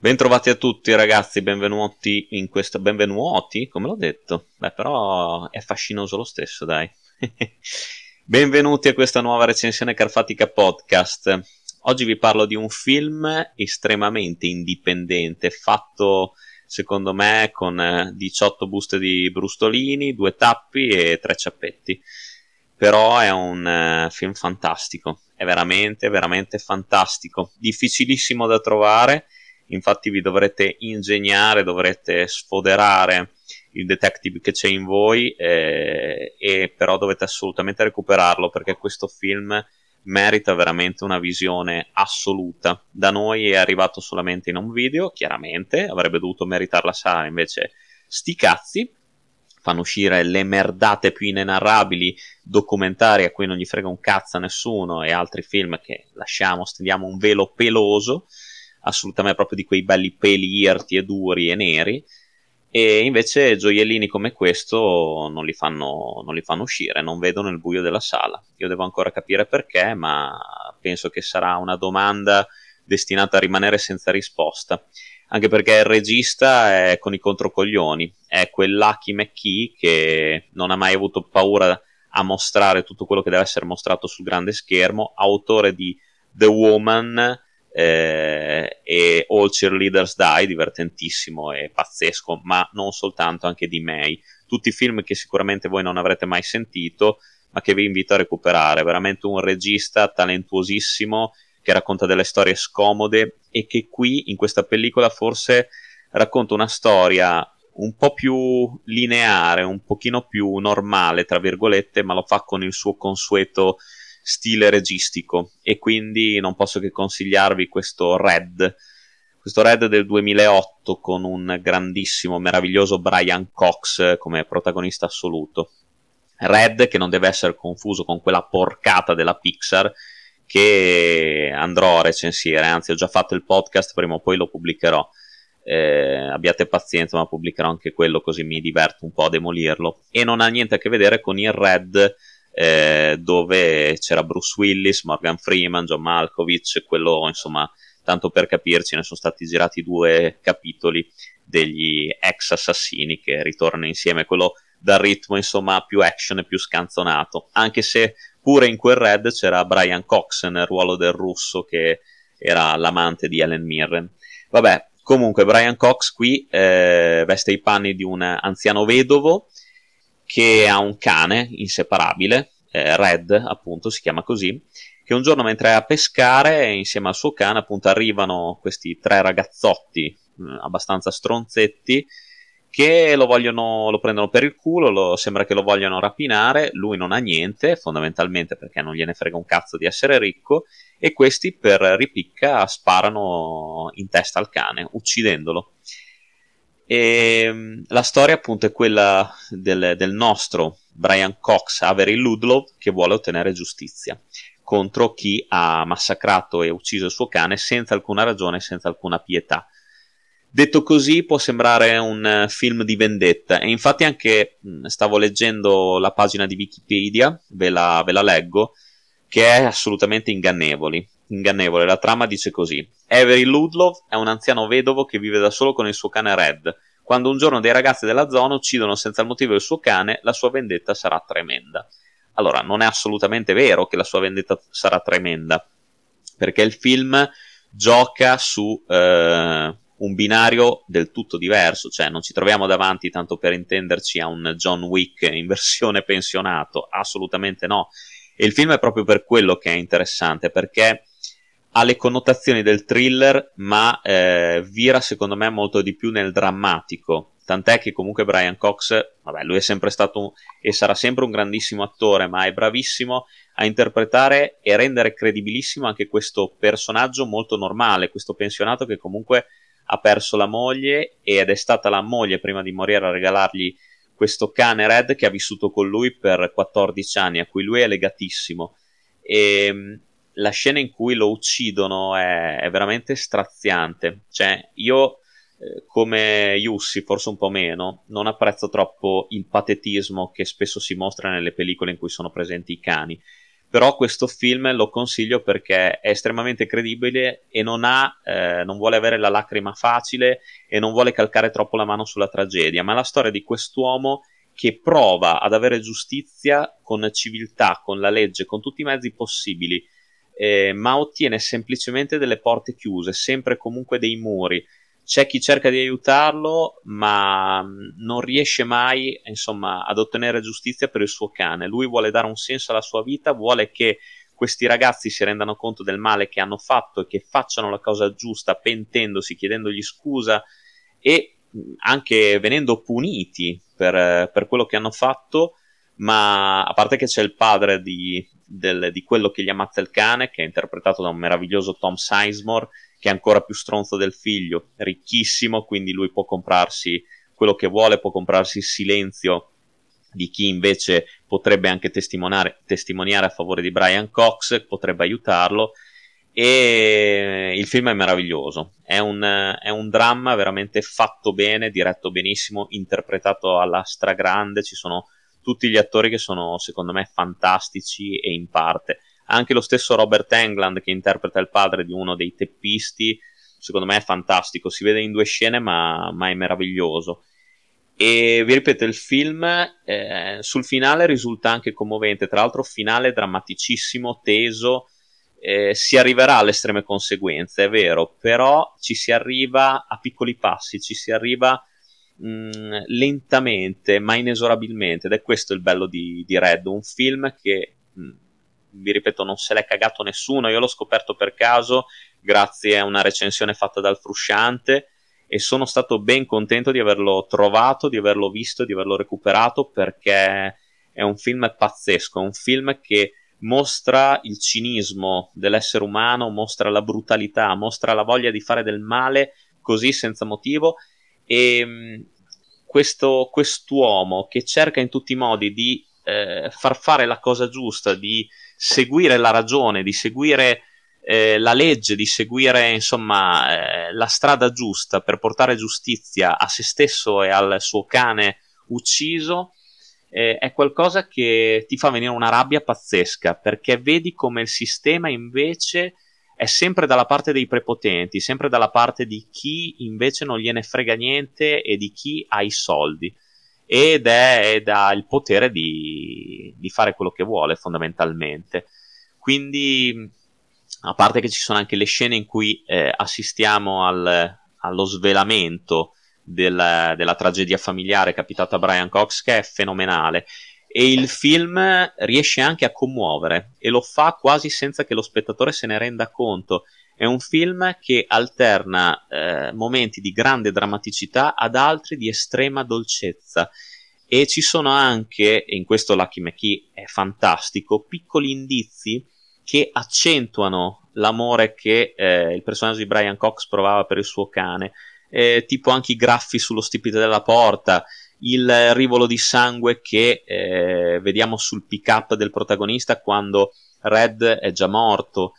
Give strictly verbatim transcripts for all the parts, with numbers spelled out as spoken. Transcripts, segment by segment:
Bentrovati a tutti ragazzi, benvenuti in questa... benvenuti? Come l'ho detto? Beh, però è fascinoso lo stesso, dai. Benvenuti a questa nuova recensione Carfatica Podcast. Oggi vi parlo di un film estremamente indipendente, fatto secondo me con diciotto buste di brustolini, due tappi e tre ciappetti. Però è un uh, film fantastico, è veramente, veramente fantastico. Difficilissimo da trovare. Infatti vi dovrete ingegnare, dovrete sfoderare il detective che c'è in voi, eh, e però dovete assolutamente recuperarlo, perché questo film merita veramente una visione assoluta. Da noi è arrivato solamente in home video, chiaramente, avrebbe dovuto meritare la sala, invece sti cazzi, fanno uscire le merdate più inenarrabili, documentari a cui non gli frega un cazzo a nessuno, e altri film che lasciamo, stendiamo un velo peloso, assolutamente proprio di quei belli peli irti e duri e neri, e invece gioiellini come questo non li fanno, non li fanno uscire, non vedono il buio della sala. Io devo ancora capire perché, ma penso che sarà una domanda destinata a rimanere senza risposta, anche perché il regista è con i controcoglioni, è quel Lucky McKee che non ha mai avuto paura a mostrare tutto quello che deve essere mostrato sul grande schermo, autore di The Woman, Eh, e All Cheerleaders Die, divertentissimo e pazzesco, ma non soltanto, anche di May, tutti film che sicuramente voi non avrete mai sentito, ma che vi invito a recuperare. Veramente un regista talentuosissimo che racconta delle storie scomode e che qui in questa pellicola forse racconta una storia un po' più lineare, un pochino più normale tra virgolette, ma lo fa con il suo consueto stile registico, e quindi non posso che consigliarvi questo Red, questo Red del duemilaotto, con un grandissimo, meraviglioso Brian Cox come protagonista assoluto. Red che non deve essere confuso con quella porcata della Pixar che andrò a recensire, anzi ho già fatto il podcast, prima o poi lo pubblicherò. Eh, abbiate pazienza, ma pubblicherò anche quello, così mi diverto un po' a demolirlo, e non ha niente a che vedere con il Red Eh, dove c'era Bruce Willis, Morgan Freeman, John Malkovich, quello, insomma, tanto per capirci, ne sono stati girati due capitoli degli ex assassini che ritornano insieme, quello dal ritmo, insomma, più action e più scanzonato, anche se pure in quel Red c'era Brian Cox nel ruolo del russo, che era l'amante di Helen Mirren. Vabbè, comunque Brian Cox qui eh, veste i panni di un anziano vedovo che ha un cane inseparabile, eh, Red appunto si chiama così, che un giorno mentre è a pescare insieme al suo cane appunto arrivano questi tre ragazzotti mh, abbastanza stronzetti che lo vogliono, lo prendono per il culo, lo, sembra che lo vogliano rapinare, lui non ha niente fondamentalmente perché non gliene frega un cazzo di essere ricco, e questi per ripicca sparano in testa al cane uccidendolo. E la storia appunto è quella del, del nostro Brian Cox, Avery Ludlow, che vuole ottenere giustizia contro chi ha massacrato e ucciso il suo cane senza alcuna ragione, senza alcuna pietà. Detto così può sembrare un film di vendetta, e infatti anche stavo leggendo la pagina di Wikipedia, ve la, ve la leggo, che è assolutamente ingannevoli. ingannevole. La trama dice così: Avery Ludlow è un anziano vedovo che vive da solo con il suo cane Red. Quando un giorno dei ragazzi della zona uccidono senza il motivo il suo cane, la sua vendetta sarà tremenda. Allora, non è assolutamente vero che la sua vendetta sarà tremenda, perché il film gioca su eh, un binario del tutto diverso, cioè non ci troviamo davanti, tanto per intenderci, a un John Wick in versione pensionato, assolutamente no. E il film è proprio per quello che è interessante, perché ha le connotazioni del thriller, ma eh, vira secondo me molto di più nel drammatico, tant'è che comunque Brian Cox, vabbè, lui è sempre stato un, e sarà sempre un grandissimo attore, ma è bravissimo a interpretare e rendere credibilissimo anche questo personaggio molto normale, questo pensionato che comunque ha perso la moglie, ed è stata la moglie prima di morire a regalargli questo cane Red che ha vissuto con lui per quattordici anni, a cui lui è legatissimo. E la scena in cui lo uccidono è, è veramente straziante. Cioè, io eh, come Jussi, forse un po' meno, non apprezzo troppo il patetismo che spesso si mostra nelle pellicole in cui sono presenti i cani, però questo film lo consiglio perché è estremamente credibile e non ha, eh, non vuole avere la lacrima facile e non vuole calcare troppo la mano sulla tragedia, ma è la storia di quest'uomo che prova ad avere giustizia con civiltà, con la legge, con tutti i mezzi possibili, eh, ma ottiene semplicemente delle porte chiuse, sempre e comunque dei muri. C'è chi cerca di aiutarlo, ma non riesce mai, insomma, ad ottenere giustizia per il suo cane. Lui vuole dare un senso alla sua vita, vuole che questi ragazzi si rendano conto del male che hanno fatto e che facciano la cosa giusta, pentendosi, chiedendogli scusa e anche venendo puniti per, per quello che hanno fatto. Ma a parte che c'è il padre di, del, di quello che gli ammazza il cane, che è interpretato da un meraviglioso Tom Sizemore, che è ancora più stronzo del figlio, ricchissimo, quindi lui può comprarsi quello che vuole, può comprarsi il silenzio di chi invece potrebbe anche testimoniare, testimoniare a favore di Brian Cox, potrebbe aiutarlo. E il film è meraviglioso, è un, è un dramma veramente fatto bene, diretto benissimo, interpretato alla stragrande. Ci sono tutti gli attori che sono secondo me fantastici, e in parte anche lo stesso Robert Englund che interpreta il padre di uno dei teppisti, secondo me è fantastico, si vede in due scene ma, ma è meraviglioso. E vi ripeto, il film eh, sul finale risulta anche commovente, tra l'altro finale drammaticissimo, teso, eh, si arriverà alle estreme conseguenze, è vero, però ci si arriva a piccoli passi, ci si arriva mh, lentamente ma inesorabilmente, ed è questo il bello di, di Red, un film che mh, vi ripeto, non se l'è cagato nessuno. Io l'ho scoperto per caso grazie a una recensione fatta dal Frusciante e sono stato ben contento di averlo trovato, di averlo visto, di averlo recuperato, perché è un film pazzesco, è un film che mostra il cinismo dell'essere umano, mostra la brutalità, mostra la voglia di fare del male così senza motivo, e mh, questo quest'uomo che cerca in tutti i modi di eh, far fare la cosa giusta, di seguire la ragione, di seguire eh, la legge, di seguire insomma eh, la strada giusta per portare giustizia a se stesso e al suo cane ucciso, eh, è qualcosa che ti fa venire una rabbia pazzesca, perché vedi come il sistema invece è sempre dalla parte dei prepotenti, sempre dalla parte di chi invece non gliene frega niente e di chi ha i soldi. Ed è, ed ha il potere di, di fare quello che vuole fondamentalmente. Quindi, a parte che ci sono anche le scene in cui eh, assistiamo al, allo svelamento del, della tragedia familiare capitata a Brian Cox, che è fenomenale, e il film riesce anche a commuovere e lo fa quasi senza che lo spettatore se ne renda conto. È un film che alterna eh, momenti di grande drammaticità ad altri di estrema dolcezza, e ci sono anche, e in questo Lucky McKee è fantastico, piccoli indizi che accentuano l'amore che eh, il personaggio di Brian Cox provava per il suo cane, eh, tipo anche i graffi sullo stipite della porta, il rivolo di sangue che eh, vediamo sul pick-up del protagonista quando Red è già morto.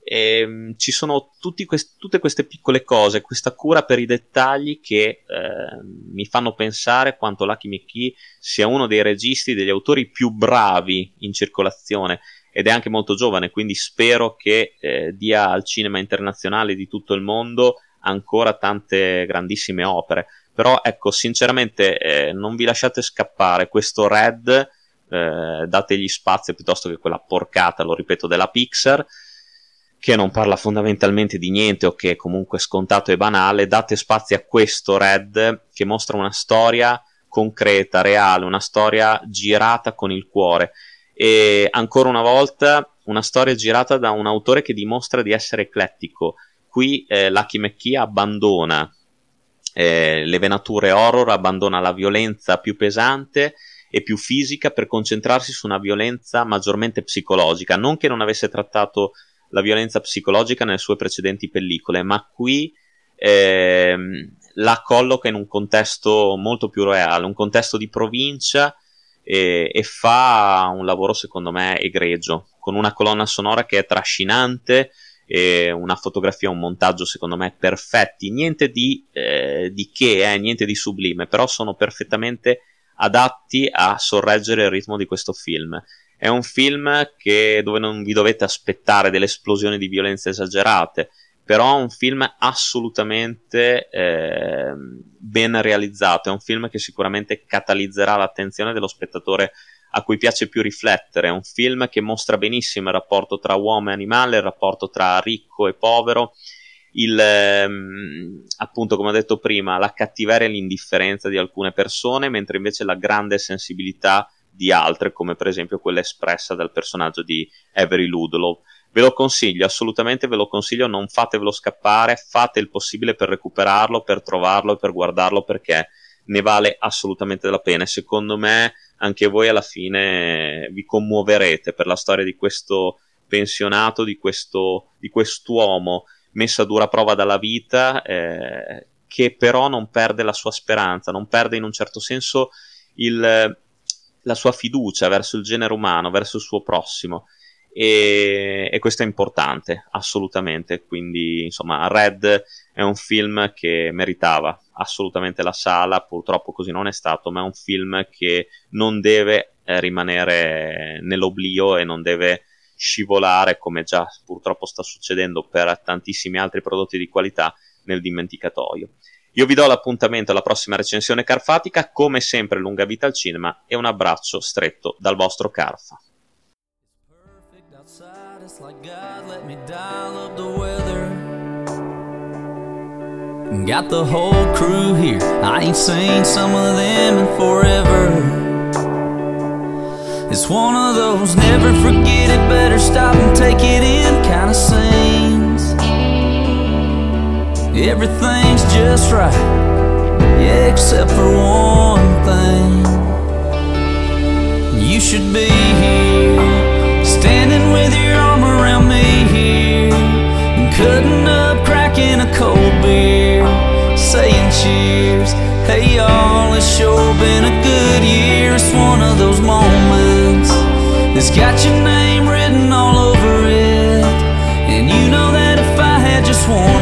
E, ci sono tutti quest- tutte queste piccole cose, questa cura per i dettagli che eh, mi fanno pensare quanto Lucky McKee sia uno dei registi, degli autori più bravi in circolazione, ed è anche molto giovane, quindi spero che eh, dia al cinema internazionale di tutto il mondo ancora tante grandissime opere. Però ecco, sinceramente eh, non vi lasciate scappare questo Red, eh, dategli spazio piuttosto che quella porcata, lo ripeto, della Pixar, che non parla fondamentalmente di niente o che è comunque scontato e banale. Date spazio a questo Red che mostra una storia concreta, reale, una storia girata con il cuore, e ancora una volta una storia girata da un autore che dimostra di essere eclettico. Qui eh, Lucky McKee abbandona eh, le venature horror, abbandona la violenza più pesante e più fisica per concentrarsi su una violenza maggiormente psicologica. Non che non avesse trattato la violenza psicologica nelle sue precedenti pellicole, ma qui ehm, la colloca in un contesto molto più reale, un contesto di provincia, e, e fa un lavoro secondo me egregio, con una colonna sonora che è trascinante, e una fotografia, un montaggio secondo me perfetti, niente di, eh, di che, eh, niente di sublime, però sono perfettamente adatti a sorreggere il ritmo di questo film. È un film che, dove non vi dovete aspettare delle esplosioni di violenza esagerate, però è un film assolutamente eh, ben realizzato, è un film che sicuramente catalizzerà l'attenzione dello spettatore a cui piace più riflettere, è un film che mostra benissimo il rapporto tra uomo e animale, il rapporto tra ricco e povero, il, ehm, appunto come ho detto prima, la cattiveria e l'indifferenza di alcune persone, mentre invece la grande sensibilità di altre, come per esempio quella espressa dal personaggio di Avery Ludlow. Ve lo consiglio, assolutamente ve lo consiglio, non fatevelo scappare, fate il possibile per recuperarlo, per trovarlo e per guardarlo, perché ne vale assolutamente la pena. Secondo me anche voi alla fine vi commuoverete per la storia di questo pensionato, di questo di quest'uomo messo a dura prova dalla vita, eh, che però non perde la sua speranza, non perde in un certo senso il, la sua fiducia verso il genere umano, verso il suo prossimo. E, e questo è importante, assolutamente. Quindi insomma Red è un film che meritava assolutamente la sala, purtroppo così non è stato, ma è un film che non deve eh, rimanere nell'oblio e non deve scivolare, come già purtroppo sta succedendo per tantissimi altri prodotti di qualità, nel dimenticatoio. Io vi do l'appuntamento alla prossima recensione carfatica, come sempre lunga vita al cinema, e un abbraccio stretto dal vostro Carfa. It's like God let me dial up the weather. Got the whole crew here, I ain't seen some of them in forever. It's one of those never forget it, better stop and take it in kind of scenes. Everything's just right, yeah, except for one thing. You should be here, standing with your arm around me here, cutting up, cracking a cold beer, saying cheers. Hey y'all, it's sure been a good year. It's one of those moments that's got your name written all over it, and you know that if I had just one